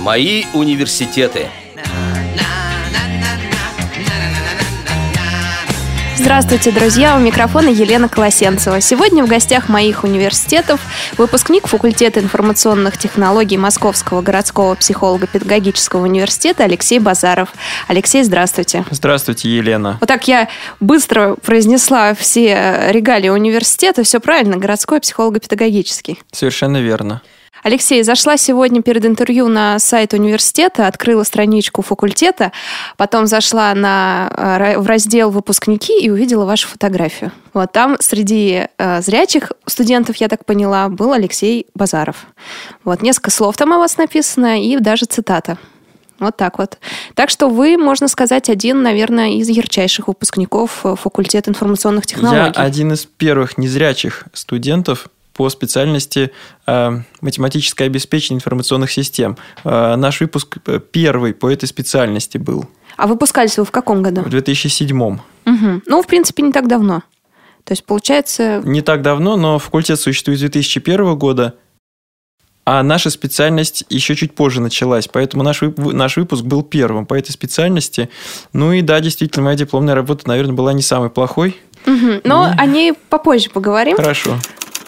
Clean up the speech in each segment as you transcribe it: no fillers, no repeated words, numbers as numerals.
Мои университеты. Здравствуйте, друзья! У микрофона Елена Колосенцева. Сегодня в гостях моих университетов выпускник факультета информационных технологий Московского городского психолого-педагогического университета Алексей Базаров. Алексей, здравствуйте. Здравствуйте, Елена. Вот так я быстро произнесла все регалии университета. Все правильно, городской психолого-педагогический. Совершенно верно. Алексей, зашла сегодня перед интервью на сайт университета, открыла страничку факультета, потом зашла в раздел «Выпускники» и увидела вашу фотографию. Вот там среди зрячих студентов, я так поняла, был Алексей Базаров. Вот несколько слов там о вас написано и даже цитата. Вот так вот. Так что вы, можно сказать, один, наверное, из ярчайших выпускников факультета информационных технологий. Я один из первых незрячих студентов по специальности математическое обеспечение информационных систем. Наш выпуск первый по этой специальности был. А выпускались вы в каком году? В 2007. Угу. Ну, в принципе, не так давно. То есть, получается... Не так давно, но факультет существует с 2001 года, а наша специальность еще чуть позже началась. Поэтому наш выпуск был первым по этой специальности. Ну и да, действительно, моя дипломная работа, наверное, была не самой плохой. Угу. Но о ней попозже поговорим. Хорошо.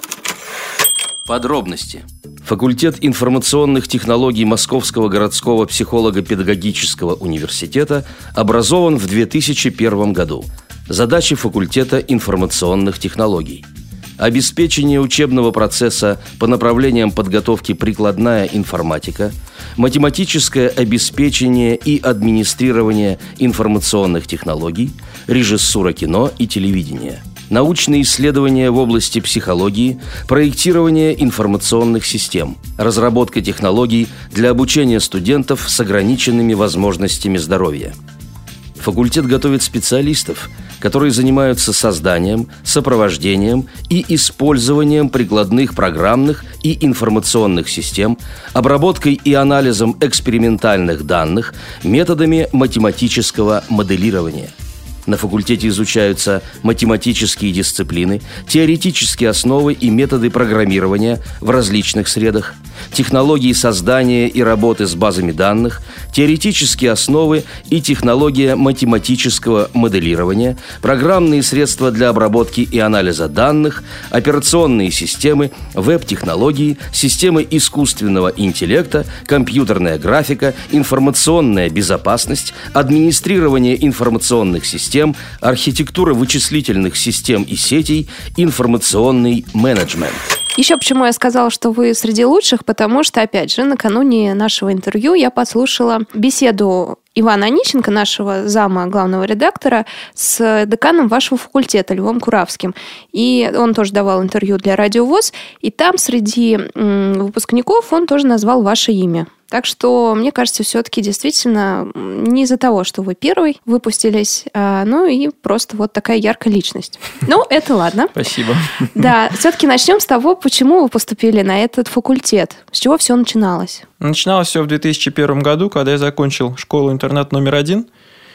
Подробности. Факультет информационных технологий Московского городского психолого-педагогического университета образован в 2001 году. Задачи факультета информационных технологий: обеспечение учебного процесса по направлениям подготовки прикладная информатика, математическое обеспечение и администрирование информационных технологий, режиссура кино и телевидения, научные исследования в области психологии, проектирование информационных систем, разработка технологий для обучения студентов с ограниченными возможностями здоровья. Факультет готовит специалистов, которые занимаются созданием, сопровождением и использованием прикладных программных и информационных систем, обработкой и анализом экспериментальных данных, методами математического моделирования. На факультете изучаются математические дисциплины, теоретические основы и методы программирования в различных средах, технологии создания и работы с базами данных, теоретические основы и технология математического моделирования, программные средства для обработки и анализа данных, операционные системы, веб-технологии, системы искусственного интеллекта, компьютерная графика, информационная безопасность, администрирование информационных систем, архитектура вычислительных систем и сетей, информационный менеджмент. Еще почему я сказала, что вы среди лучших, потому что, опять же, накануне нашего интервью я послушала беседу Ивана Онищенко, нашего зама главного редактора, с деканом вашего факультета Львом Куравским. И он тоже давал интервью для Радио ВОС, и там среди выпускников он тоже назвал ваше имя. Так что, мне кажется, все-таки действительно не из-за того, что вы первый выпустились, ну и просто вот такая яркая личность. Ну, это ладно. Спасибо. Да, все-таки начнем с того, почему вы поступили на этот факультет. С чего все начиналось? Начиналось все в 2001 году, когда я закончил школу-интернат номер 1.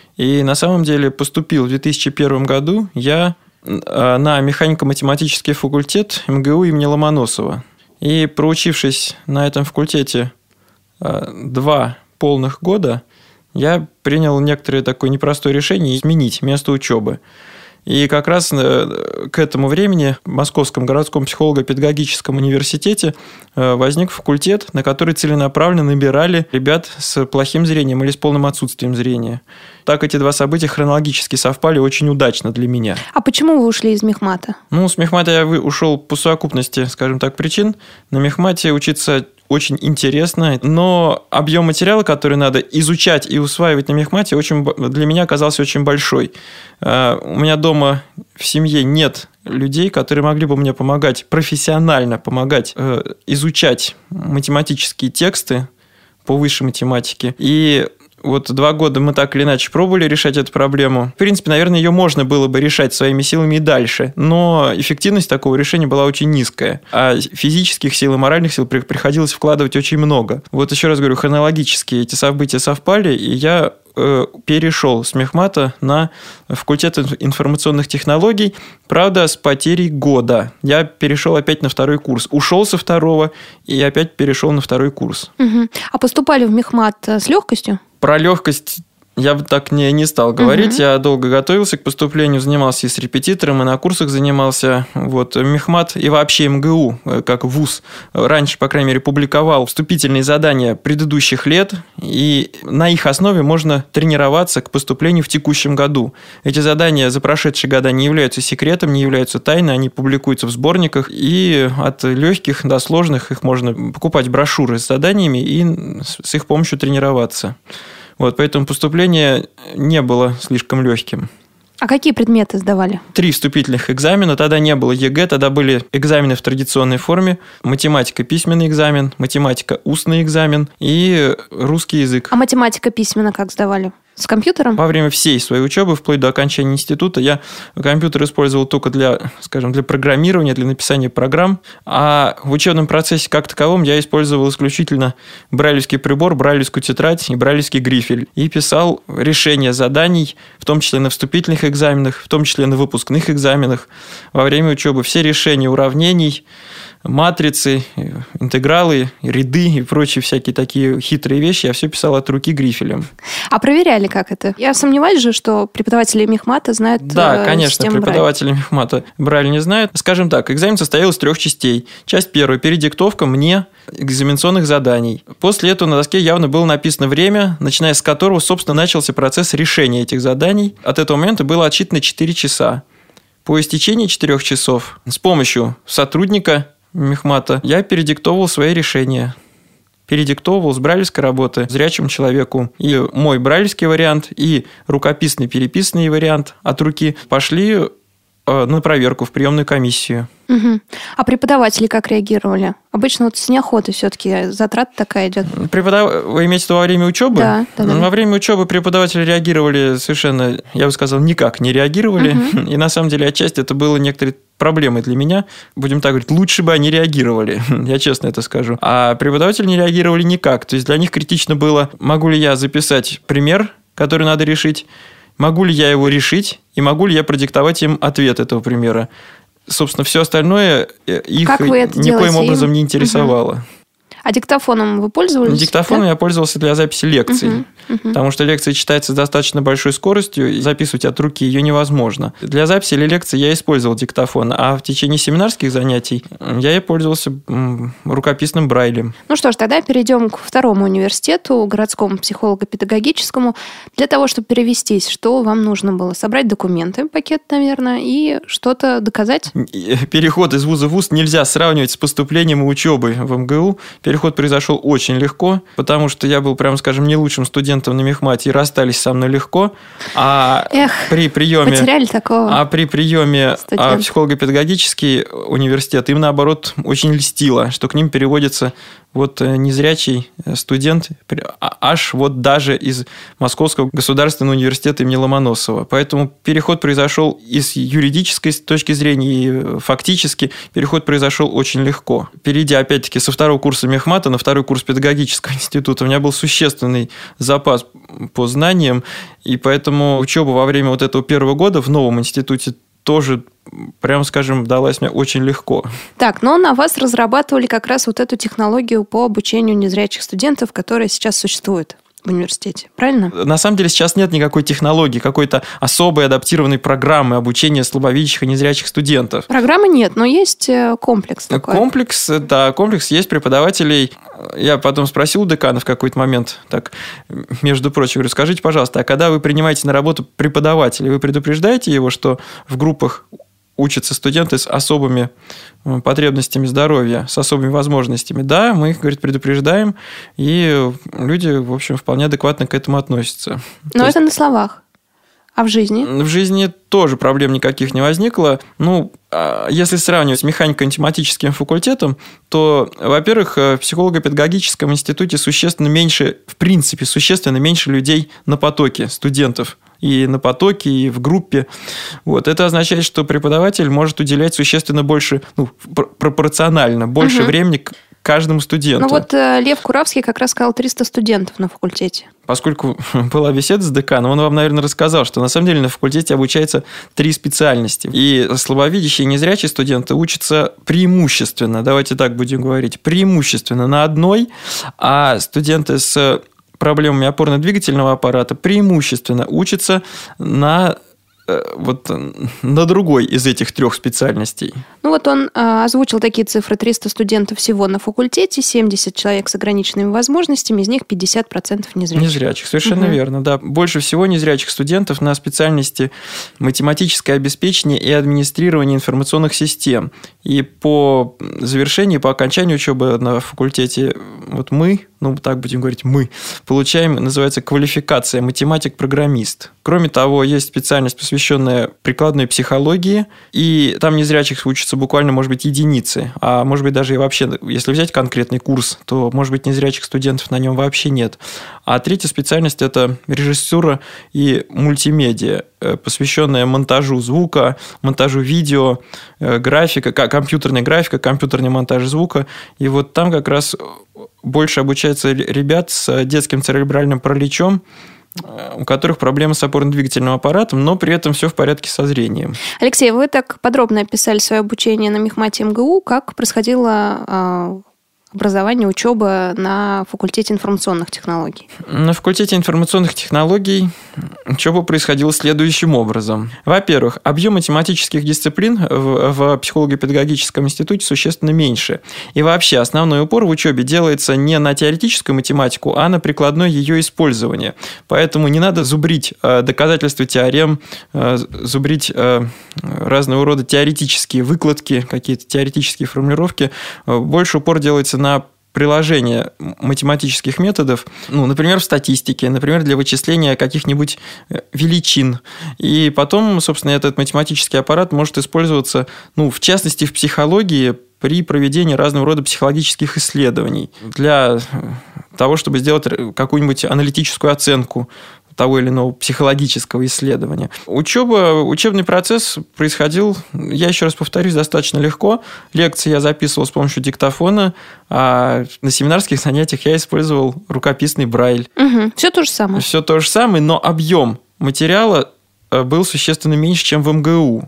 И на самом деле поступил в 2001 году я на механико-математический факультет МГУ имени Ломоносова. И проучившись на этом факультете 2 полных года, я принял некоторое такое непростое решение изменить место учебы. И как раз к этому времени в Московском городском психолого-педагогическом университете возник факультет, на который целенаправленно набирали ребят с плохим зрением или с полным отсутствием зрения. Так эти 2 события хронологически совпали очень удачно для меня. А почему вы ушли из мехмата? С мехмата я ушел по совокупности, скажем так, причин. На мехмате учиться очень интересно, но объем материала, который надо изучать и усваивать на мехмате, для меня оказался очень большой. У меня дома в семье нет людей, которые могли бы мне помогать, профессионально помогать изучать математические тексты по высшей математике. И Вот 2 года мы так или иначе пробовали решать эту проблему. В принципе, наверное, ее можно было бы решать своими силами и дальше, но эффективность такого решения была очень низкая, а физических сил и моральных сил приходилось вкладывать очень много. Вот еще раз говорю, хронологически эти события совпали, и я перешел с мехмата на факультет информационных технологий, правда, с потерей года. Я перешел опять на 2-й курс. Ушел со 2-го и опять перешел на 2-й курс. Угу. А поступали в мехмат с легкостью? Про легкость я бы так не стал говорить. Я долго готовился к поступлению, занимался и с репетитором, и на курсах занимался. Вот. Мехмат и вообще МГУ, как вуз, раньше, по крайней мере, публиковал вступительные задания предыдущих лет, и на их основе можно тренироваться к поступлению в текущем году. Эти задания за прошедшие года не являются секретом, не являются тайной, они публикуются в сборниках, и от легких до сложных их можно покупать брошюры с заданиями и с их помощью тренироваться. Вот, поэтому поступление не было слишком легким. А какие предметы сдавали? 3 вступительных экзамена. Тогда не было ЕГЭ, тогда были экзамены в традиционной форме. Математика – письменный экзамен, математика – устный экзамен и русский язык. А математика письменно как сдавали? С компьютером? Во время всей своей учебы, вплоть до окончания института, я компьютер использовал только для программирования, для написания программ. А в учебном процессе как таковом я использовал исключительно брайлевский прибор, брайлевскую тетрадь и брайлевский грифель. И писал решения заданий, в том числе на вступительных экзаменах, в том числе на выпускных экзаменах. Во время учебы все решения уравнений, матрицы, интегралы, ряды и прочие всякие такие хитрые вещи я все писал от руки грифелем. А проверяли как это? Я сомневаюсь же, что преподаватели мехмата знают Да, конечно, преподаватели мехмата Брайль не знают. Скажем так, экзамен состоял из 3 частей. Часть первая – передиктовка мне экзаменационных заданий. После этого на доске явно было написано время, начиная с которого, собственно, начался процесс решения этих заданий. От этого момента было отсчитано 4 часа. По истечении 4 часов с помощью сотрудника мехмата я передиктовывал свои решения. Передиктовывал с брайлевской работы зрячему человеку. И мой брайлевский вариант, и рукописный переписанный вариант от руки пошли на проверку в приемную комиссию. Угу. А преподаватели как реагировали? Обычно вот с неохотой все-таки затрата такая идет. Вы имеете в виду во время учебы? Да. Во время учебы преподаватели реагировали совершенно, я бы сказал, никак не реагировали. Угу. И на самом деле отчасти это было некоторой проблемой для меня. Будем так говорить, лучше бы они реагировали. Я честно это скажу. А преподаватели не реагировали никак. То есть для них критично было, могу ли я записать пример, который надо решить, могу ли я его решить, и могу ли я продиктовать им ответ этого примера. Собственно, все остальное их никоим образом не интересовало. Угу. А диктофоном вы пользовались? Диктофоном я пользовался для записи лекций. Потому что лекция читается с достаточно большой скоростью, и записывать от руки ее невозможно. Для записи или лекции я использовал диктофон, а в течение семинарских занятий я и пользовался рукописным брайлем. Ну что ж, тогда перейдем к 2-му университету, городскому психолого-педагогическому. Для того, чтобы перевестись, что вам нужно было? Собрать документы, пакет, наверное, и что-то доказать? Переход из вуза в вуз нельзя сравнивать с поступлением и учебой в МГУ. Переход произошел очень легко, потому что я был, прямо скажем, не лучшим студентом на мехмате, и расстались со мной легко. При приеме в психолого-педагогический университет им, наоборот, очень льстило, что к ним переводится незрячий студент аж даже из Московского государственного университета имени Ломоносова. Поэтому переход произошел и с юридической точки зрения, и фактически переход произошел очень легко. Перейдя, опять-таки, со 2-го курса мехмата на 2-й курс педагогического института, у меня был существенный запас по знаниям, и поэтому учеба во время этого 1-го года в новом институте тоже, прямо скажем, далась мне очень легко. Так, но на вас разрабатывали как раз эту технологию по обучению незрячих студентов, которая сейчас существует в университете, правильно? На самом деле сейчас нет никакой технологии, какой-то особой адаптированной программы обучения слабовидящих и незрячих студентов. Программы нет, но есть комплекс такой. Комплекс есть преподавателей. Я потом спросил у декана в какой-то момент, так, между прочим, говорю, скажите, пожалуйста, а когда вы принимаете на работу преподавателя, вы предупреждаете его, что в группах учатся студенты с особыми потребностями здоровья, с особыми возможностями? Да, мы их, говорит, предупреждаем, и люди, в общем, вполне адекватно к этому относятся. Но это на словах. А в жизни? В жизни тоже проблем никаких не возникло. Если сравнивать с механико-математическим факультетом, то, во-первых, в психолого-педагогическом институте существенно меньше людей на потоке студентов. И на потоке, и в группе. Это означает, что преподаватель может уделять существенно больше, пропорционально больше времени каждому студенту. Лев Куравский как раз сказал 300 студентов на факультете. Поскольку была беседа с деканом, он вам, наверное, рассказал, что на самом деле на факультете обучается 3 специальности. И слабовидящие и незрячие студенты учатся преимущественно, давайте так будем говорить, преимущественно на одной, а студенты с проблемами опорно-двигательного аппарата преимущественно учатся на другой из этих 3 специальностей. Он озвучил такие цифры: 300 студентов всего на факультете, 70 человек с ограниченными возможностями, из них 50% незрячих. Незрячих, совершенно верно, да. Больше всего незрячих студентов на специальности математическое обеспечение и администрирование информационных систем. И по завершении, по окончанию учебы на факультете мы получаем, называется, квалификация математик-программист. Кроме того, есть специальность, посвященная прикладной психологии, и там незрячих учатся буквально, может быть, единицы, а может быть, даже и вообще, если взять конкретный курс, то, может быть, незрячих студентов на нем вообще нет. А 3-я специальность – это режиссура и мультимедиа, посвященная монтажу звука, монтажу видео, графика, компьютерная графика, компьютерный монтаж звука. И там как раз больше обучаются ребят с детским церебральным параличом, у которых проблемы с опорно-двигательным аппаратом, но при этом все в порядке со зрением. Алексей, вы так подробно описали свое обучение на мехмате МГУ. Как происходило образование, учеба на факультете информационных технологий? На факультете информационных технологий учеба происходила следующим образом. Во-первых, объем математических дисциплин в психолого-педагогическом институте существенно меньше. И вообще основной упор в учебе делается не на теоретическую математику, а на прикладное ее использование. Поэтому не надо зубрить доказательства теорем, зубрить разного рода теоретические выкладки, какие-то теоретические формулировки. Больше упор делается на приложение математических методов, например, в статистике, например, для вычисления каких-нибудь величин. И потом, собственно, этот математический аппарат может использоваться, в частности, в психологии при проведении разного рода психологических исследований для того, чтобы сделать какую-нибудь аналитическую оценку того или иного психологического исследования. Учебный процесс происходил, я еще раз повторюсь, достаточно легко. Лекции я записывал с помощью диктофона, а на семинарских занятиях я использовал рукописный Брайль. Все то же самое. Все то же самое, но объем материала был существенно меньше, чем в МГУ.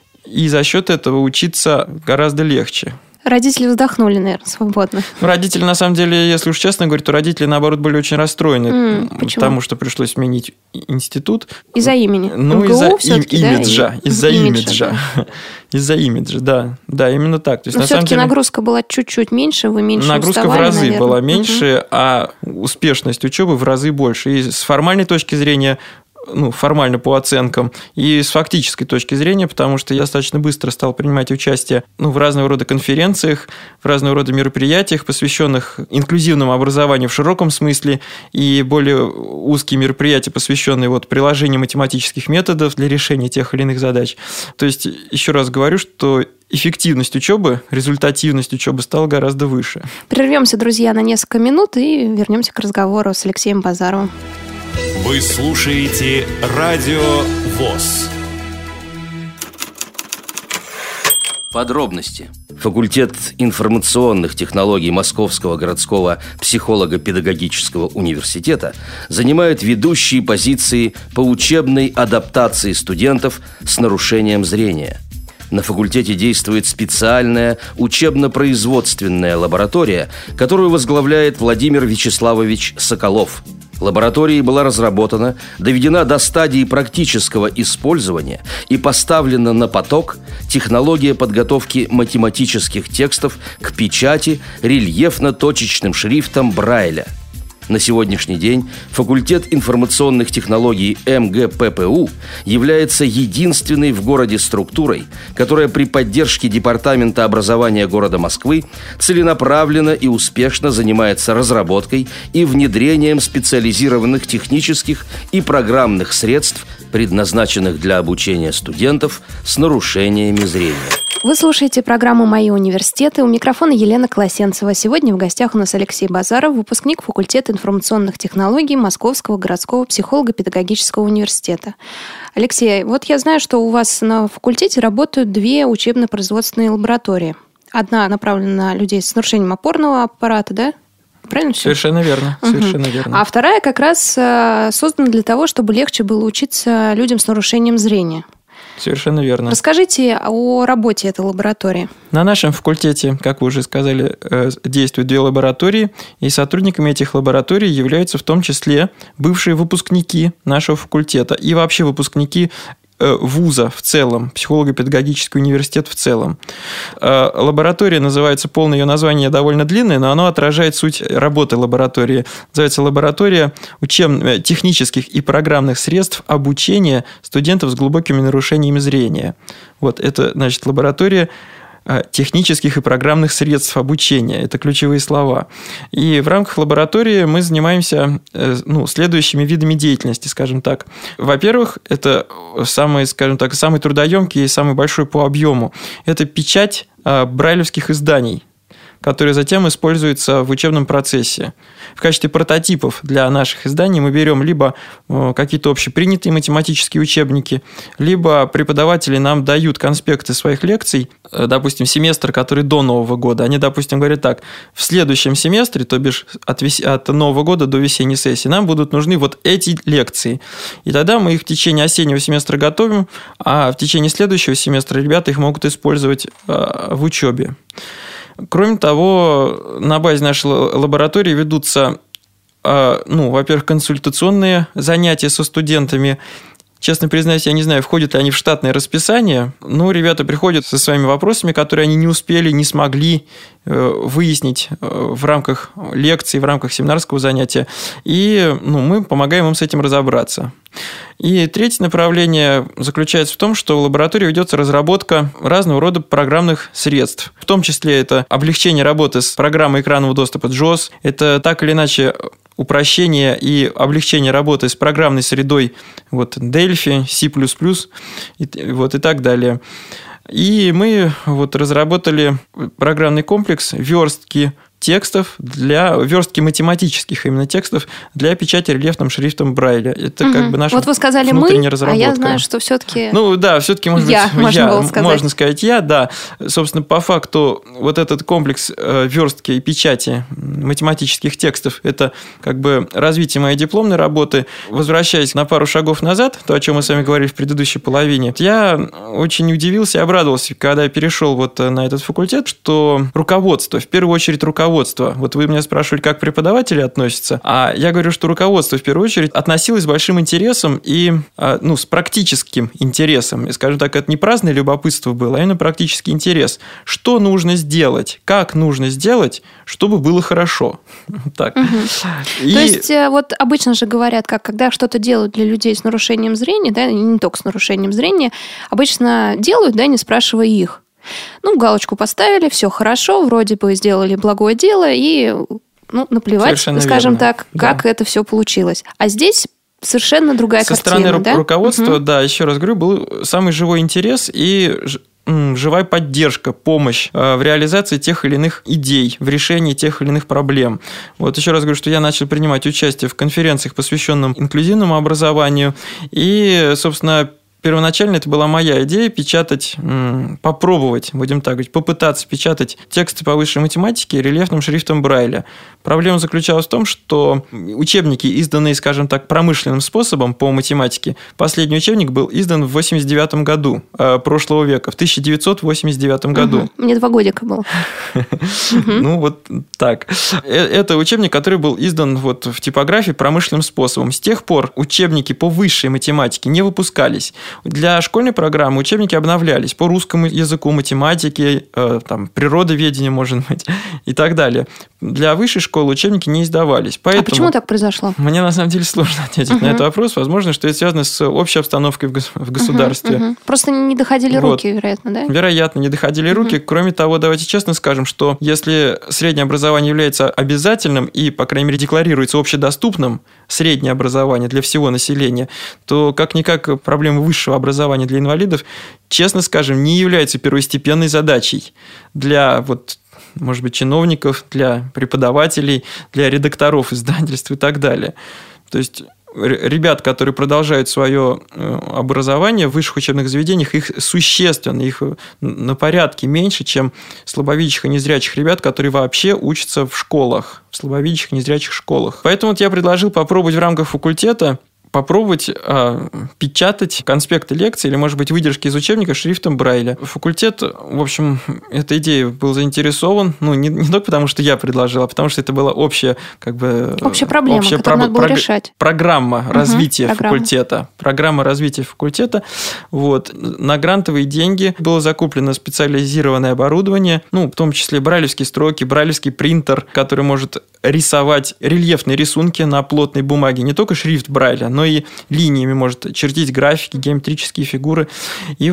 И за счет этого учиться гораздо легче. Родители вздохнули, наверное, свободно. Родители, на самом деле, если уж честно говорить, то родители, наоборот, были очень расстроены, потому что пришлось сменить институт. Из-за имени. МГУ все-таки, имиджа. Из-за имиджа. Из-за имиджа, да. Да, именно так. То есть, но все-таки нагрузка была чуть-чуть меньше, вы меньше уставали, нагрузка в разы была меньше, а успешность учебы в разы больше. И с формальной точки зрения, формально по оценкам, и с фактической точки зрения, потому что я достаточно быстро стал принимать участие в разного рода конференциях, в разного рода мероприятиях, посвященных инклюзивному образованию в широком смысле, и более узкие мероприятия, посвященные приложению математических методов для решения тех или иных задач. То есть, еще раз говорю, что эффективность учебы, результативность учебы стала гораздо выше. Прервемся, друзья, на несколько минут и вернемся к разговору с Алексеем Базаровым. Вы слушаете Радио ВОС. Подробности. Факультет информационных технологий Московского городского психолого-педагогического университета занимает ведущие позиции по учебной адаптации студентов с нарушением зрения. На факультете действует специальная учебно-производственная лаборатория, которую возглавляет Владимир Вячеславович Соколов. Лабораторией была разработана, доведена до стадии практического использования и поставлена на поток технология подготовки математических текстов к печати рельефно-точечным шрифтом Брайля. На сегодняшний день факультет информационных технологий МГППУ является единственной в городе структурой, которая при поддержке Департамента образования города Москвы целенаправленно и успешно занимается разработкой и внедрением специализированных технических и программных средств предназначенных для обучения студентов с нарушениями зрения. Вы слушаете программу «Мои университеты». У микрофона Елена Колосенцева. Сегодня в гостях у нас Алексей Базаров, выпускник факультета информационных технологий Московского городского психолого-педагогического университета. Алексей, вот я знаю, что у вас на факультете работают 2 учебно-производственные лаборатории. Одна направлена на людей с нарушением опорного аппарата, да? Правильно все? Совершенно верно. Совершенно верно. А вторая как раз создана для того, чтобы легче было учиться людям с нарушением зрения. Совершенно верно. Расскажите о работе этой лаборатории. На нашем факультете, как вы уже сказали, действуют 2 лаборатории, и сотрудниками этих лабораторий являются в том числе бывшие выпускники нашего факультета и вообще выпускники вуза в целом, психолого-педагогический университет в целом. Лаборатория называется, полное ее название довольно длинное, но оно отражает суть работы лаборатории. Называется лаборатория технических и программных средств обучения студентов с глубокими нарушениями зрения. Вот это, значит, лаборатория технических и программных средств обучения. Это ключевые слова. И в рамках лаборатории мы занимаемся следующими видами деятельности, скажем так. Во-первых, это самый трудоемкий и самый большой по объему. Это печать брайлевских изданий, которые затем используются в учебном процессе. В качестве прототипов для наших изданий мы берем либо какие-то общепринятые математические учебники, либо преподаватели нам дают конспекты своих лекций, допустим, семестр, который до Нового года. Они, допустим, говорят так: в следующем семестре, то бишь от Нового года до весенней сессии, нам будут нужны вот эти лекции. И тогда мы их в течение осеннего семестра готовим, а в течение следующего семестра ребята их могут использовать в учебе. Кроме того, на базе нашей лаборатории ведутся, во-первых, консультационные занятия со студентами. Честно признаюсь, я не знаю, входят ли они в штатное расписание, но ребята приходят со своими вопросами, которые они не успели, не смогли выяснить в рамках лекции, в рамках семинарского занятия, и мы помогаем им с этим разобраться. И третье направление заключается в том, что в лаборатории ведется разработка разного рода программных средств. В том числе это облегчение работы с программой экранного доступа JAWS, это так или иначе упрощение и облегчение работы с программной средой Delphi, C++, и так далее. И мы разработали программный комплекс верстки математических именно текстов для печати рельефным шрифтом Брайля. Это как бы наша вы сказали внутренняя разработка. А я знаю, что все-таки... все-таки, можно сказать я, да. Собственно, по факту этот комплекс верстки и печати математических текстов, это как бы развитие моей дипломной работы. Возвращаясь на пару шагов назад, то, о чем мы с вами говорили в предыдущей половине, я очень удивился и обрадовался, когда я перешел на этот факультет, что руководство, в первую очередь руководство. Вы меня спрашивали, как преподаватели относятся, а я говорю, что руководство в первую очередь относилось с большим интересом и с практическим интересом. И, скажем так, это не праздное любопытство было, а именно практический интерес. Что нужно сделать, как нужно сделать, чтобы было хорошо. Так. То есть, обычно же говорят, когда что-то делают для людей с нарушением зрения, да, и не только с нарушением зрения, обычно делают, да, не спрашивая их. Галочку поставили, все хорошо, вроде бы сделали благое дело, и наплевать, совершенно скажем верно. так, как это все получилось. А здесь совершенно другая Со картина. стороны руководства, да, еще раз говорю, был самый живой интерес и живая поддержка, помощь в реализации тех или иных идей, в решении тех или иных проблем. Еще раз говорю, что я начал принимать участие в конференциях, посвященных инклюзивному образованию, и, собственно, первоначально это была моя идея печатать, попробовать, будем так говорить, попытаться печатать тексты по высшей математике рельефным шрифтом Брайля. Проблема заключалась в том, что учебники, изданные, скажем так, промышленным способом по математике, последний учебник был издан в 1989 году прошлого века, в 1989 году. Мне 2 годика было. Так. Это учебник, который был издан в типографии промышленным способом. С тех пор учебники по высшей математике не выпускались. Для школьной программы учебники обновлялись по русскому языку, математике, природоведению, может быть, и так далее. Для высшей школы учебники не издавались. Поэтому почему так произошло? Мне, на самом деле, сложно ответить на этот вопрос. Возможно, что это связано с общей обстановкой в государстве. Просто не доходили руки, вероятно, да? Вероятно, не доходили руки. Кроме того, давайте честно скажем, что если среднее образование является обязательным и, по крайней мере, декларируется общедоступным, среднее образование для всего населения, то как-никак проблема высшего образования для инвалидов, честно скажем, не является первостепенной задачей для может быть, чиновников, для преподавателей, для редакторов издательств и так далее. То есть ребят, которые продолжают свое образование в высших учебных заведениях, их существенно, их на порядке меньше, чем слабовидящих и незрячих ребят, которые вообще учатся в школах, в слабовидящих и незрячих школах. Поэтому я предложил попробовать в рамках факультета печатать конспекты лекций или, может быть, выдержки из учебника шрифтом Брайля. Факультет, в общем, этой идеей был заинтересован, не только потому, что я предложил, а потому, что это была общая проблема, которую надо было решать. Программа развития факультета. Программа развития факультета. На грантовые деньги было закуплено специализированное оборудование, в том числе брайлевские строки, брайлевский принтер, который может рисовать рельефные рисунки на плотной бумаге, не только шрифт Брайля, но и линиями может чертить графики, геометрические фигуры. И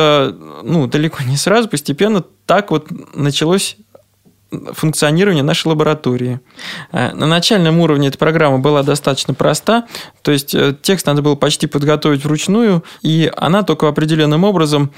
далеко не сразу, постепенно так началось функционирование нашей лаборатории. На начальном уровне эта программа была достаточно проста, то есть текст надо было почти подготовить вручную, и она только определенным образом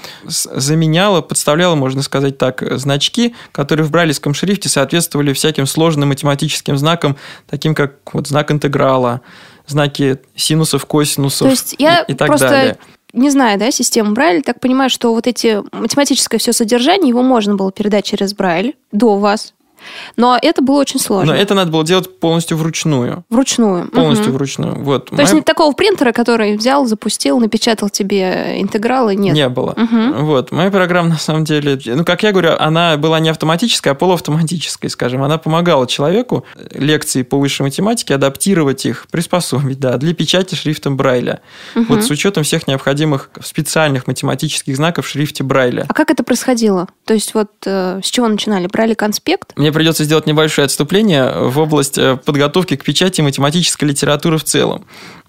подставляла, можно сказать так, значки, которые в брайлевском шрифте соответствовали всяким сложным математическим знакам, таким как знак интеграла, знаки синусов, косинусов. То есть я и так просто далее. Не знаю, систему Брайля, так понимаю, что эти математическое все содержание, его можно было передать через Брайль до вас. Но это было очень сложно. Но это надо было делать полностью вручную. Полностью вручную. То есть нет такого принтера, который взял, запустил, напечатал тебе интегралы, нет? Не было. Моя программа, на самом деле, как я говорю, она была не автоматической, а полуавтоматической, скажем. Она помогала человеку лекции по высшей математике адаптировать их, приспособить, для печати шрифтом Брайля. С учетом всех необходимых специальных математических знаков в шрифте Брайля. А как это происходило? То есть с чего начинали? Брали конспект? Мне придется сделать небольшое отступление в область подготовки к печати математической литературы в целом.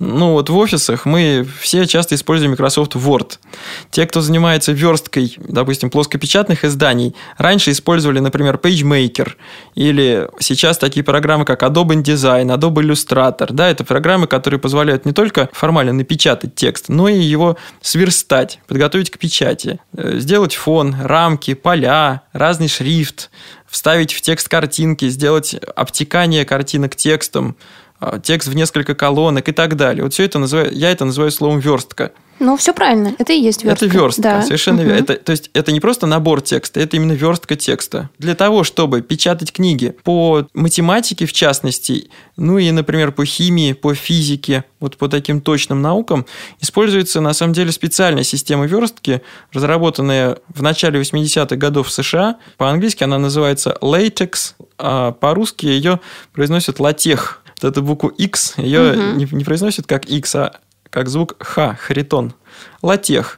В офисах мы все часто используем Microsoft Word. Те, кто занимается версткой, допустим, плоскопечатных изданий, раньше использовали, например, PageMaker, или сейчас такие программы, как Adobe InDesign, Adobe Illustrator. Это программы, которые позволяют не только формально напечатать текст, но и его сверстать, подготовить к печати, сделать фон, рамки, поля, разный шрифт, вставить в текст картинки, сделать обтекание картинок текстом, текст в несколько колонок и так далее. Все это я это называю словом верстка. Все правильно, это и есть верстка. Это верстка, совершенно верно. То есть это не просто набор текста, это именно верстка текста. Для того, чтобы печатать книги по математике, в частности, и, например, по химии, по физике, по таким точным наукам, используется, на самом деле, специальная система верстки, разработанная в начале 80-х годов в США. По-английски она называется LaTeX, а по-русски ее произносят латех. Эту букву X ее не произносят как X, а как звук Х, харитон. Латех.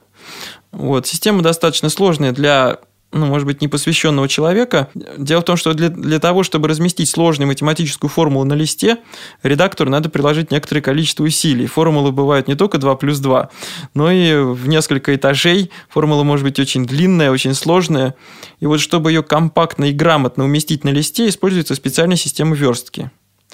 Система достаточно сложная для, может быть, непосвященного человека. Дело в том, что для того, чтобы разместить сложную математическую формулу на листе, редактору надо приложить некоторое количество усилий. Формулы бывают не только 2 плюс 2, но и в несколько этажей. Формула может быть очень длинная, очень сложная. И чтобы ее компактно и грамотно уместить на листе, используется специальная система верстки.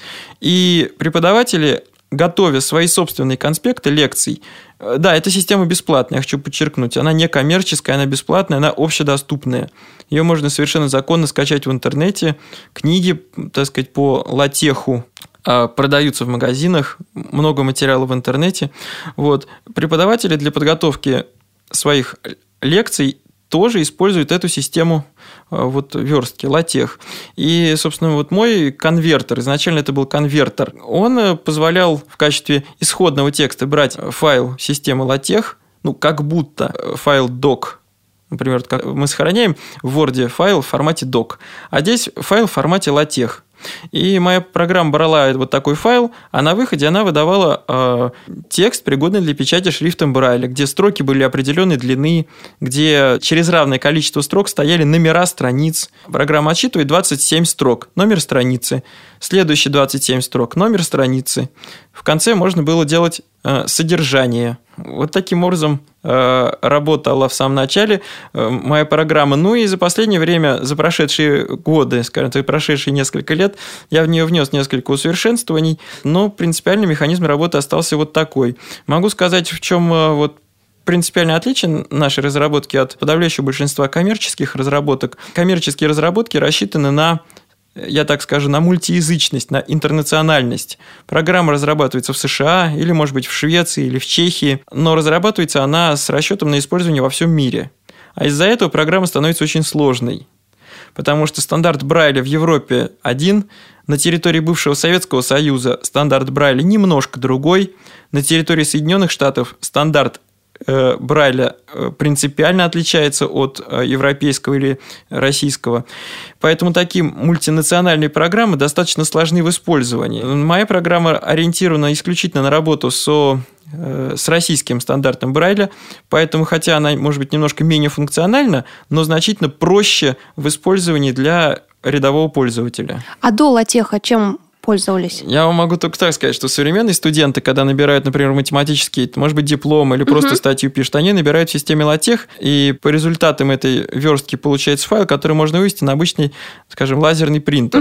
И преподаватели, готовя свои собственные конспекты лекций, эта система бесплатная, я хочу подчеркнуть, она не коммерческая, она бесплатная, она общедоступная. Ее можно совершенно законно скачать в интернете. Книги, по латеху продаются в магазинах, много материала в интернете. Преподаватели для подготовки своих лекций тоже используют эту систему верстки, латех. И, собственно, мой конвертер, изначально это был конвертер, он позволял в качестве исходного текста брать файл системы латех, как будто файл doc. Например, мы сохраняем в Word файл в формате doc, а здесь файл в формате латех. И моя программа брала вот такой файл, а на выходе она выдавала текст, пригодный для печати шрифтом Брайля, где строки были определенной длины, где через равное количество строк стояли номера страниц. Программа отсчитывает 27 строк, номер страницы, следующие 27 строк, номер страницы. В конце можно было делать содержание. Вот таким образом работала в самом начале моя программа. Ну и за последнее время, за прошедшие годы, скажем, за прошедшие несколько лет, я в нее внес несколько усовершенствований, но принципиальный механизм работы остался вот такой. Могу сказать, в чем вот принципиальное отличие нашей разработки от подавляющего большинства коммерческих разработок. Коммерческие разработки рассчитаны на, я так скажу, на мультиязычность, на интернациональность. Программа разрабатывается в США, или, может быть, в Швеции, или в Чехии, но разрабатывается она с расчетом на использование во всем мире. А из-за этого программа становится очень сложной, потому что стандарт Брайля в Европе один, на территории бывшего Советского Союза стандарт Брайля немножко другой, на территории Соединенных Штатов стандарт Брайля принципиально отличается от европейского или российского. Поэтому такие мультинациональные программы достаточно сложны в использовании. Моя программа ориентирована исключительно на работу с российским стандартом Брайля, поэтому, хотя она, может быть, немножко менее функциональна, но значительно проще в использовании для рядового пользователя. А до LaTeX чем пользовались? Я вам могу только так сказать, что современные студенты, когда набирают, например, математический, может быть, диплом или просто статью пишут, они набирают в системе LaTeX, и по результатам этой верстки получается файл, который можно вывести на обычный, скажем, лазерный принтер.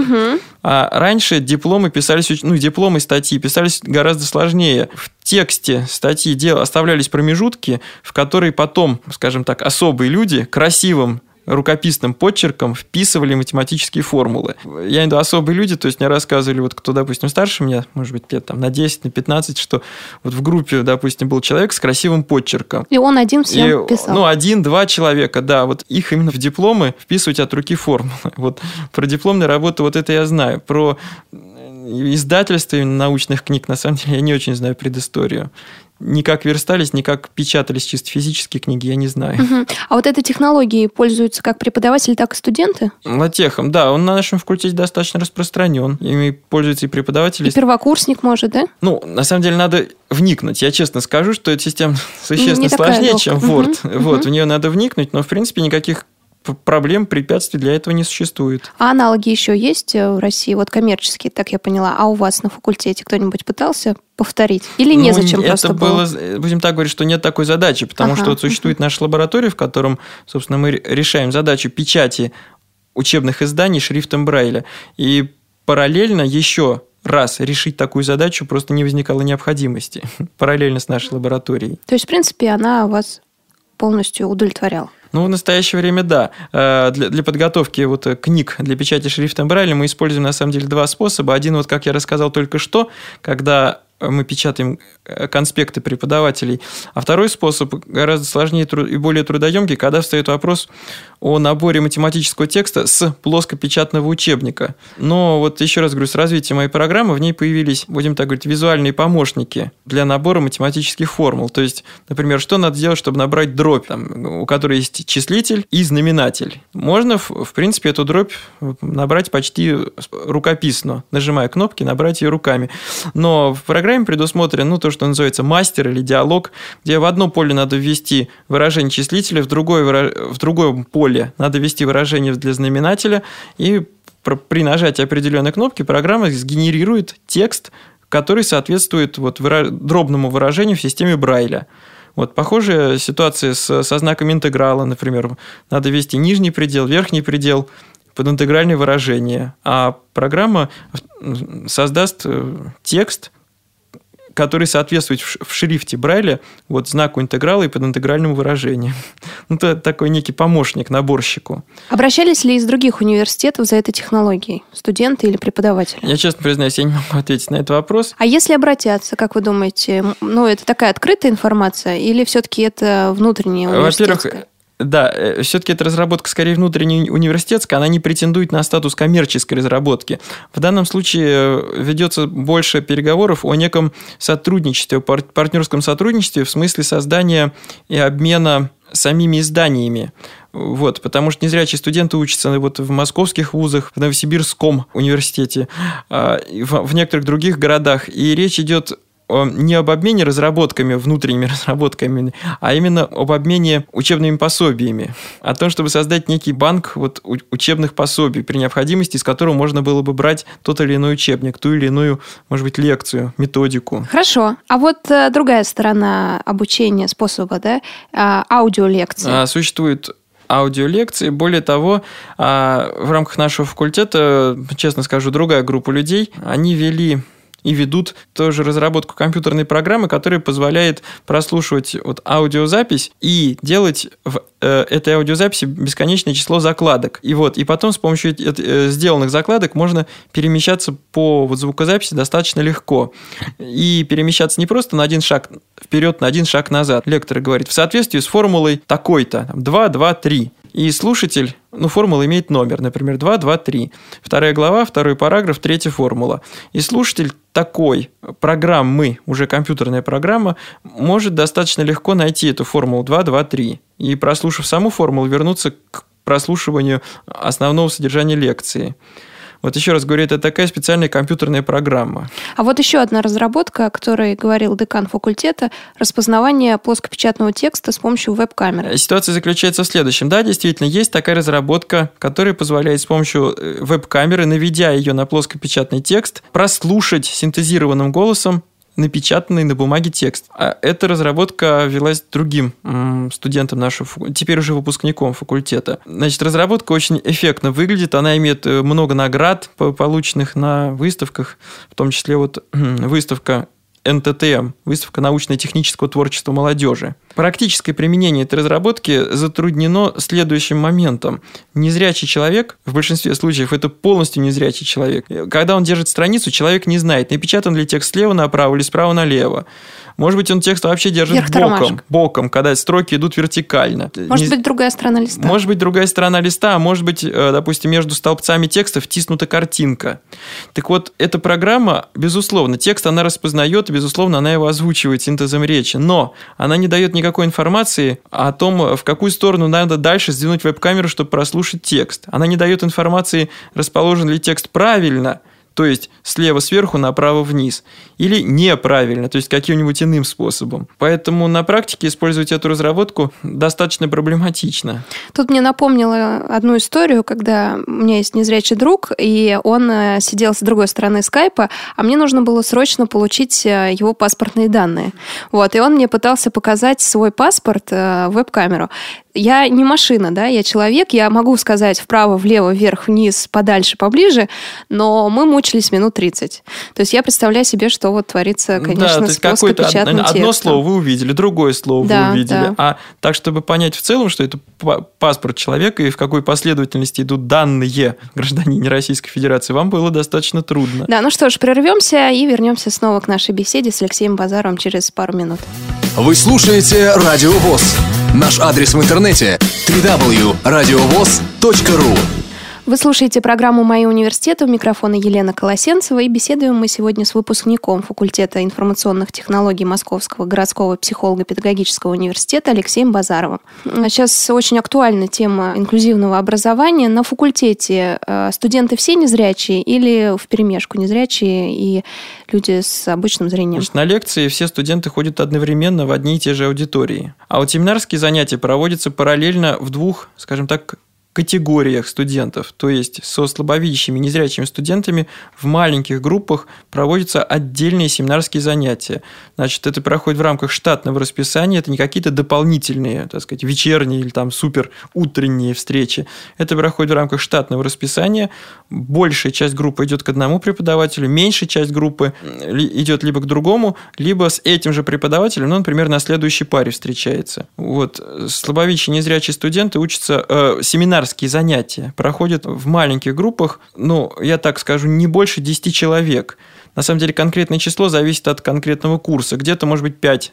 А раньше дипломы писались, дипломы и статьи писались гораздо сложнее. В тексте статьи оставлялись промежутки, в которые потом, скажем так, особые люди красивым рукописным подчерком вписывали математические формулы. Я имею в виду особые люди, то есть мне рассказывали, вот кто, допустим, старше меня, может быть, лет там, на 10, на 15, что вот в группе, допустим, был человек с красивым подчерком. И он один всем писал. 1-2 человека, да, вот их именно в дипломы вписывать от руки формулы. Вот про дипломные работы вот это я знаю. Про издательство научных книг, на самом деле, я не очень знаю предысторию. Ни как верстались, ни как печатались чисто физические книги, я не знаю. А вот этой технологией пользуются как преподаватели, так и студенты? LaTeX, да, он на нашем факультете достаточно распространен. Ими пользуются и преподаватели. И первокурсник может, да? На самом деле, надо вникнуть. Я честно скажу, что эта система существенно сложнее, чем Word. В нее надо вникнуть, но, в принципе, никаких проблем, препятствий для этого не существует. А аналоги еще есть в России, вот коммерческие, так я поняла. А у вас на факультете кто-нибудь пытался повторить? Или незачем просто было? Будем так говорить, что нет такой задачи, потому что вот существует наша лаборатория, в котором, собственно, мы решаем задачу печати учебных изданий шрифтом Брайля. И параллельно еще раз решить такую задачу просто не возникало необходимости. Параллельно с нашей лабораторией. То есть, в принципе, она вас полностью удовлетворяла? В настоящее время, да. Для подготовки книг для печати шрифтом Брайля мы используем, на самом деле, два способа. Один, как я рассказал только что, когда мы печатаем конспекты преподавателей. А второй способ гораздо сложнее и более трудоемкий, когда встает вопрос о наборе математического текста с плоскопечатного учебника. Но еще раз говорю, с развитием моей программы в ней появились, будем так говорить, визуальные помощники для набора математических формул. То есть, например, что надо делать, чтобы набрать дробь, у которой есть числитель и знаменатель. Можно, в принципе, эту дробь набрать почти рукописно, нажимая кнопки, набрать ее руками. Но в программе предусмотрен, то, что называется мастер или диалог, где в одном поле надо ввести выражение числителя, в другом поле надо ввести выражение для знаменателя, и при нажатии определенной кнопки программа сгенерирует текст, который соответствует дробному выражению в системе Брайля. Похожая ситуация со знаком интеграла, например. Надо ввести нижний предел, верхний предел под интегральное выражение, а программа создаст текст, который соответствует в шрифте Брайля знаку интеграла и под интегральному выражению. Это такой некий помощник наборщику. Обращались ли из других университетов за этой технологией? Студенты или преподаватели? Я честно признаюсь, я не могу ответить на этот вопрос. А если обратятся, как вы думаете, это такая открытая информация или все-таки это внутренняя университетская? Во-первых, да, все-таки эта разработка скорее внутренняя университетская, она не претендует на статус коммерческой разработки. В данном случае ведется больше переговоров о неком сотрудничестве, партнерском сотрудничестве в смысле создания и обмена самими изданиями. Вот, потому что незрячие студенты учатся вот в московских вузах, в Новосибирском университете, в некоторых других городах. И речь идет не об обмене разработками, внутренними разработками, а именно об обмене учебными пособиями. О том, чтобы создать некий банк вот учебных пособий, при необходимости, из которого можно было бы брать тот или иной учебник, ту или иную, может быть, лекцию, методику. Хорошо. А вот другая сторона обучения, способа, да, аудиолекции. Существует аудиолекции. Более того, в рамках нашего факультета, честно скажу, другая группа людей, они вели и ведут тоже разработку компьютерной программы, которая позволяет прослушивать вот аудиозапись и делать в этой аудиозаписи бесконечное число закладок. И потом с помощью сделанных закладок можно перемещаться по звукозаписи достаточно легко. И перемещаться не просто на один шаг вперед, на один шаг назад. Лектор говорит, в соответствии с формулой такой-то, 2, 2, 3. И слушатель, формула имеет номер, например, 2, 2, 3. 2 глава, 2 параграф, 3 формула. И слушатель такой программы, уже компьютерная программа, может достаточно легко найти эту формулу 2, 2, 3. И, прослушав саму формулу, вернуться к прослушиванию основного содержания лекции. Вот еще раз говорю, это такая специальная компьютерная программа. А вот еще одна разработка, о которой говорил декан факультета, распознавание плоскопечатного текста с помощью веб-камеры. Ситуация заключается в следующем. Да, действительно, есть такая разработка, которая позволяет с помощью веб-камеры, наведя ее на плоскопечатный текст, прослушать синтезированным голосом напечатанный на бумаге текст. А эта разработка велась другим студентом нашего, теперь уже выпускником факультета. Значит, разработка очень эффектно выглядит, она имеет много наград, полученных на выставках, в том числе выставка НТТМ, выставка научно-технического творчества молодежи. Практическое применение этой разработки затруднено следующим моментом. Незрячий человек, в большинстве случаев это полностью незрячий человек. Когда он держит страницу, человек не знает, напечатан ли текст слева направо или справа налево. Может быть, он текст вообще держит боком, когда строки идут вертикально. Может быть, другая сторона листа. Может быть, другая сторона листа, а может быть, допустим, между столбцами текста втиснута картинка. Так вот, эта программа, безусловно, текст она распознает, и, безусловно, она его озвучивает синтезом речи, но она не дает никакой информации о том, в какую сторону надо дальше сдвинуть веб-камеру, чтобы прослушать текст. Она не дает информации, расположен ли текст правильно, то есть слева сверху направо вниз, или неправильно, то есть каким-нибудь иным способом. Поэтому на практике использовать эту разработку достаточно проблематично. Тут мне напомнило одну историю, когда у меня есть незрячий друг, и он сидел с другой стороны скайпа, а мне нужно было срочно получить его паспортные данные. И он мне пытался показать свой паспорт в веб-камеру. Я не машина, да, я человек, я могу сказать вправо, влево, вверх, вниз, подальше, поближе, но мы мучились минут 30. То есть я представляю себе, что творится, конечно, с плоскопечатным текстом. Одно слово вы увидели, другое слово вы увидели. Да. А так, чтобы понять в целом, что это паспорт человека и в какой последовательности идут данные гражданине Российской Федерации, вам было достаточно трудно. Да, ну что ж, прервемся и вернемся снова к нашей беседе с Алексеем Базаровым через пару минут. Вы слушаете Радио ВОС. Наш адрес в интернете www.radiovoz.ru. Вы слушаете программу «Мои университеты». У микрофона Елена Колосенцева. И беседуем мы сегодня с выпускником факультета информационных технологий Московского городского психолого-педагогического университета Алексеем Базаровым. Сейчас очень актуальна тема инклюзивного образования. На факультете студенты все незрячие или вперемешку незрячие и люди с обычным зрением? Значит, на лекции все студенты ходят одновременно в одни и те же аудитории. А вот семинарские занятия проводятся параллельно в двух, скажем так, категориях студентов, то есть со слабовидящими, незрячими студентами в маленьких группах проводятся отдельные семинарские занятия. Значит, это проходит в рамках штатного расписания, это не какие-то дополнительные, так сказать, вечерние или там супер утренние встречи. Это проходит в рамках штатного расписания. Большая часть группы идет к одному преподавателю, меньшая часть группы идет либо к другому, либо с этим же преподавателем, например, на следующей паре встречается. Слабовидящие, незрячие студенты учатся семинарские занятия проходят в маленьких группах, я так скажу, не больше 10 человек. На самом деле конкретное число зависит от конкретного курса. Где-то, может быть, 5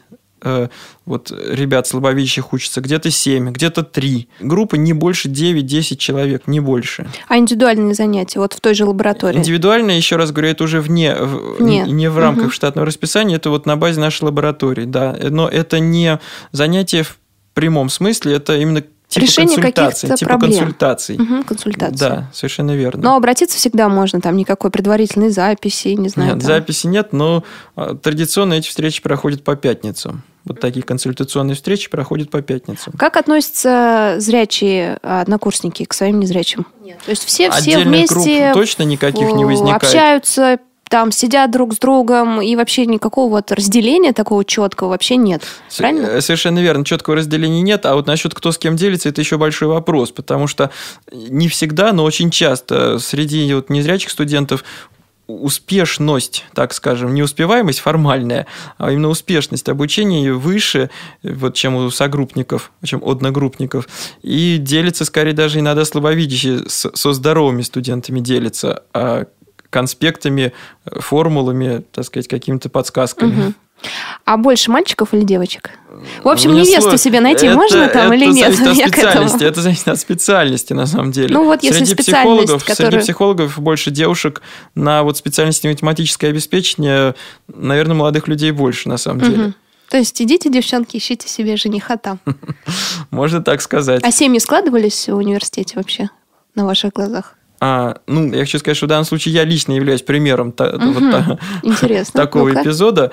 ребят слабовидящих учатся, где-то 7, где-то 3. Группа не больше 9-10 человек, не больше. А индивидуальные занятия в той же лаборатории? Индивидуальные, еще раз говорю, это уже не в рамках штатного расписания, это на базе нашей лаборатории, да. Но это не занятия прямом смысле, это именно решение каких-то проблем. консультаций. Консультации. Да, совершенно верно. Но обратиться всегда можно, там никакой предварительной записи, не знаю. Нет, записи нет, но традиционно эти встречи проходят по пятницам. Вот такие консультационные встречи проходят по пятницам. Как относятся зрячие однокурсники к своим незрячим? Нет. То есть все отдельных вместе групп точно никаких не возникает. Общаются, там сидят друг с другом, и вообще никакого вот разделения такого четкого вообще нет. Правильно? Совершенно верно. Четкого разделения нет. А вот насчет кто с кем делится, это еще большой вопрос. Потому что не всегда, но очень часто среди вот незрячих студентов успешность, так скажем, не успеваемость формальная, а именно успешность обучения выше, вот, чем у согруппников, чем одногруппников. И делится, скорее, даже иногда слабовидящие со здоровыми студентами делятся, а конспектами, формулами, так сказать, какими-то подсказками. А больше мальчиков или девочек? В общем, невесту себе найти можно там или нет? Это зависит от специальности, на самом деле. Ну вот если специальность, среди психологов больше девушек, на вот специальности математическое обеспечение, наверное, молодых людей больше, на самом деле. То есть идите, девчонки, ищите себе жениха там. Можно так сказать. А семьи складывались в университете вообще на ваших глазах? Я хочу сказать, что в данном случае я лично являюсь примером такого эпизода.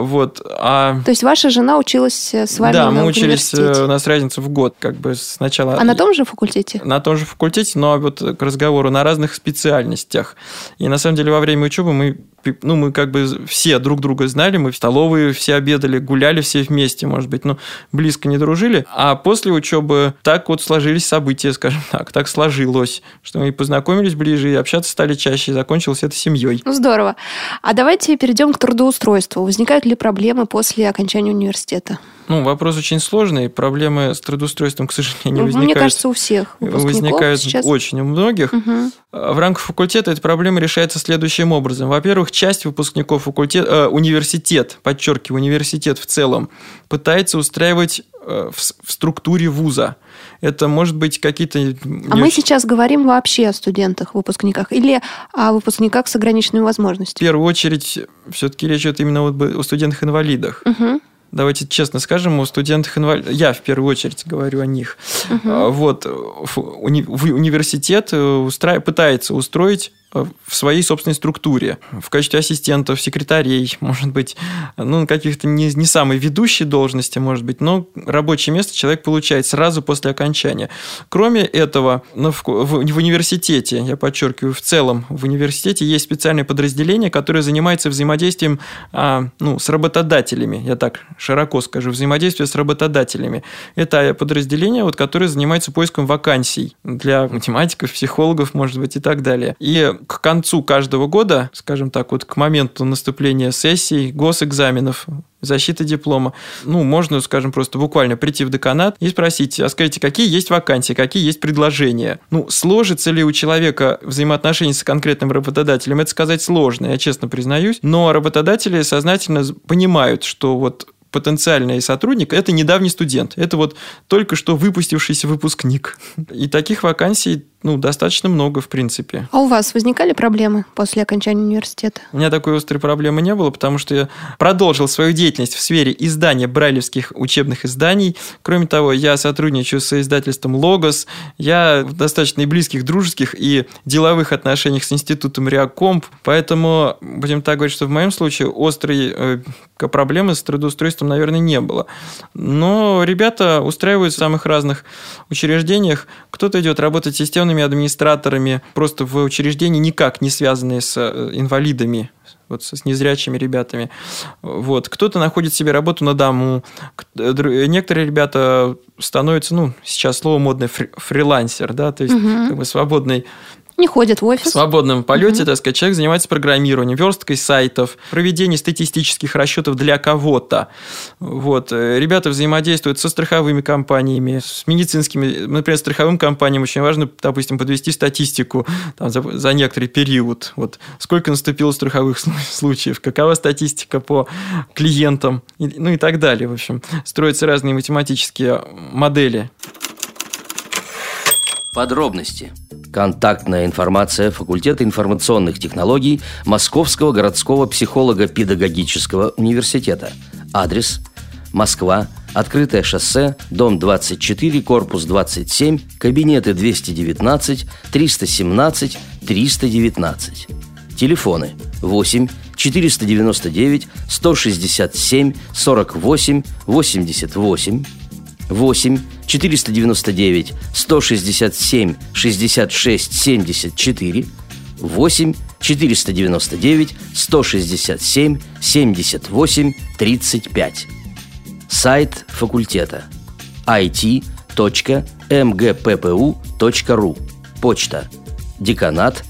То есть ваша жена училась с вами на университете? Да, мы учились, у нас разница в год, как бы сначала. А на том же факультете? На том же факультете, но вот к разговору на разных специальностях. И на самом деле во время учебы мы как бы все друг друга знали, мы в столовой все обедали, гуляли все вместе, может быть, близко не дружили. А после учебы так вот сложились события, скажем так сложилось, что мы познакомились ближе и общаться стали чаще, и закончилось это семьей. Здорово. А давайте перейдем к трудоустройству. Возникают ли проблемы после окончания университета? Вопрос очень сложный. Проблемы с трудоустройством, к сожалению, возникают. Мне кажется, у всех выпускников возникают сейчас. Очень у многих. В рамках факультета эта проблема решается следующим образом. Во-первых, часть выпускников университет, подчеркиваю, университет в целом, пытается устраивать в структуре вуза. Это может быть какие-то... мы сейчас говорим вообще о студентах, выпускниках, или о выпускниках с ограниченными возможностями? В первую очередь, все-таки речь идет именно о студентах-инвалидах. Давайте честно скажем, у студентов-инвалидов... Я в первую очередь говорю о них. Университет пытается устроить в своей собственной структуре, в качестве ассистентов, секретарей, может быть, каких-то не самой ведущей должности, может быть, но рабочее место человек получает сразу после окончания. Кроме этого, в университете, я подчеркиваю, в целом в университете есть специальное подразделение, которое занимается взаимодействием с работодателями, я так широко скажу, взаимодействие с работодателями. Это подразделение, которое занимается поиском вакансий для математиков, психологов, может быть, и так далее. И к концу каждого года, скажем так, к моменту наступления сессий, госэкзаменов, защиты диплома, можно, скажем, просто буквально прийти в деканат и спросить, а скажите, какие есть вакансии, какие есть предложения? Сложится ли у человека взаимоотношения с конкретным работодателем, это сказать сложно, я честно признаюсь, но работодатели сознательно понимают, что потенциальный сотрудник – это недавний студент, это только что выпустившийся выпускник. И таких вакансий достаточно много, в принципе. А у вас возникали проблемы после окончания университета? У меня такой острой проблемы не было, потому что я продолжил свою деятельность в сфере издания брайлевских учебных изданий. Кроме того, я сотрудничаю с издательством «Логос». Я в достаточно близких, дружеских и деловых отношениях с институтом Реакомп. Поэтому, будем так говорить, что в моем случае острой проблемы с трудоустройством, наверное, не было. Но ребята устраивают в самых разных учреждениях. Кто-то идет работать системными администраторами, просто в учреждении никак не связанные с инвалидами, с незрячими ребятами. Кто-то находит себе работу на дому. Некоторые ребята становятся, сейчас слово модное, фрилансер, да, то есть свободный. Не ходят в офис. В свободном полете, так сказать, человек занимается программированием, версткой сайтов, проведением статистических расчетов для кого-то. Ребята взаимодействуют со страховыми компаниями, с медицинскими, например, страховым компаниям очень важно, допустим, подвести статистику за некоторый период. Сколько наступило страховых случаев, какова статистика по клиентам, и так далее. В общем, строятся разные математические модели. Подробности. Контактная информация факультета информационных технологий Московского городского психолого-педагогического университета. Адрес: Москва, Открытое шоссе, дом 24, корпус 27, кабинеты 219, 317, 319. Телефоны 8 499 167 48 88, 8 499 167 66 74, 8 499 167 78 35. Сайт факультета it.mgppu.ru. Почта деканат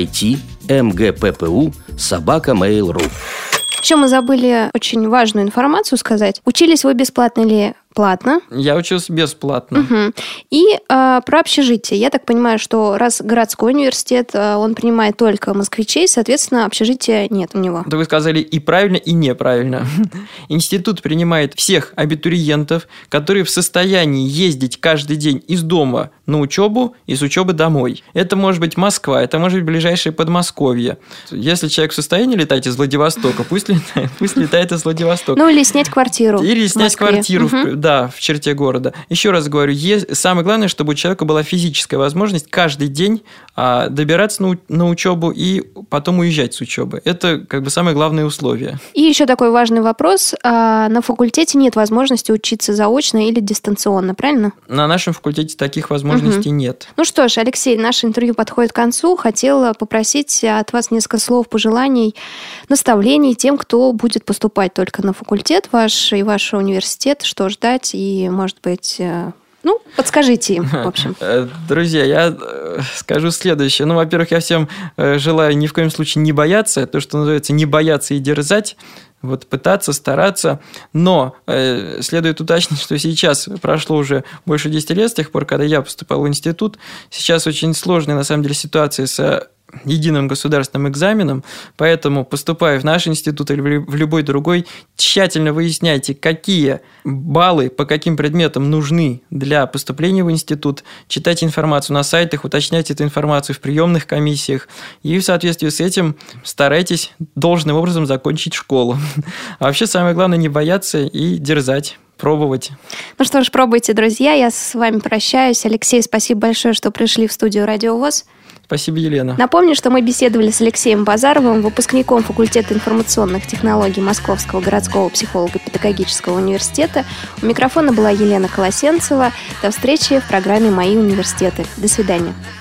it.mgppu@mail.ru. Еще мы забыли очень важную информацию сказать. Учились вы бесплатно или платно? Я учился бесплатно. Угу. И про общежитие. Я так понимаю, что раз городской университет, он принимает только москвичей, соответственно, общежития нет у него. Да вы сказали и правильно, и неправильно. Институт принимает всех абитуриентов, которые в состоянии ездить каждый день из дома на учебу и с учебы домой. Это может быть Москва, это может быть ближайшее Подмосковье. Если человек в состоянии летать из Владивостока, пусть летает из Владивостока. Ну, или снять квартиру. Или снять квартиру, да, в черте города. Еще раз говорю, самое главное, чтобы у человека была физическая возможность каждый день добираться на учебу и потом уезжать с учебы. Это как бы самое главное условие. И еще такой важный вопрос. На факультете нет возможности учиться заочно или дистанционно, правильно? На нашем факультете таких возможностей нет. Ну что ж, Алексей, наше интервью подходит к концу. Хотела попросить от вас несколько слов, пожеланий, наставлений тем, кто будет поступать только на факультет ваш и ваш университет, что ждать и, может быть... подскажите им, в общем. Друзья, я скажу следующее. Во-первых, я всем желаю ни в коем случае не бояться. То, что называется, не бояться и дерзать. Пытаться, стараться. Но следует уточнить, что сейчас прошло уже больше 10 лет с тех пор, когда я поступал в институт. Сейчас очень сложная, на самом деле, ситуация с единым государственным экзаменом, поэтому, поступая в наш институт или в любой другой, тщательно выясняйте, какие баллы по каким предметам нужны для поступления в институт, читайте информацию на сайтах, уточняйте эту информацию в приемных комиссиях и в соответствии с этим старайтесь должным образом закончить школу. А вообще самое главное не бояться и дерзать. Пробовать. Ну что ж, пробуйте, друзья. Я с вами прощаюсь. Алексей, спасибо большое, что пришли в студию Радио ВОС. Спасибо, Елена. Напомню, что мы беседовали с Алексеем Базаровым, выпускником факультета информационных технологий Московского городского психолого-педагогического университета. У микрофона была Елена Колосенцева. До встречи в программе «Мои университеты». До свидания.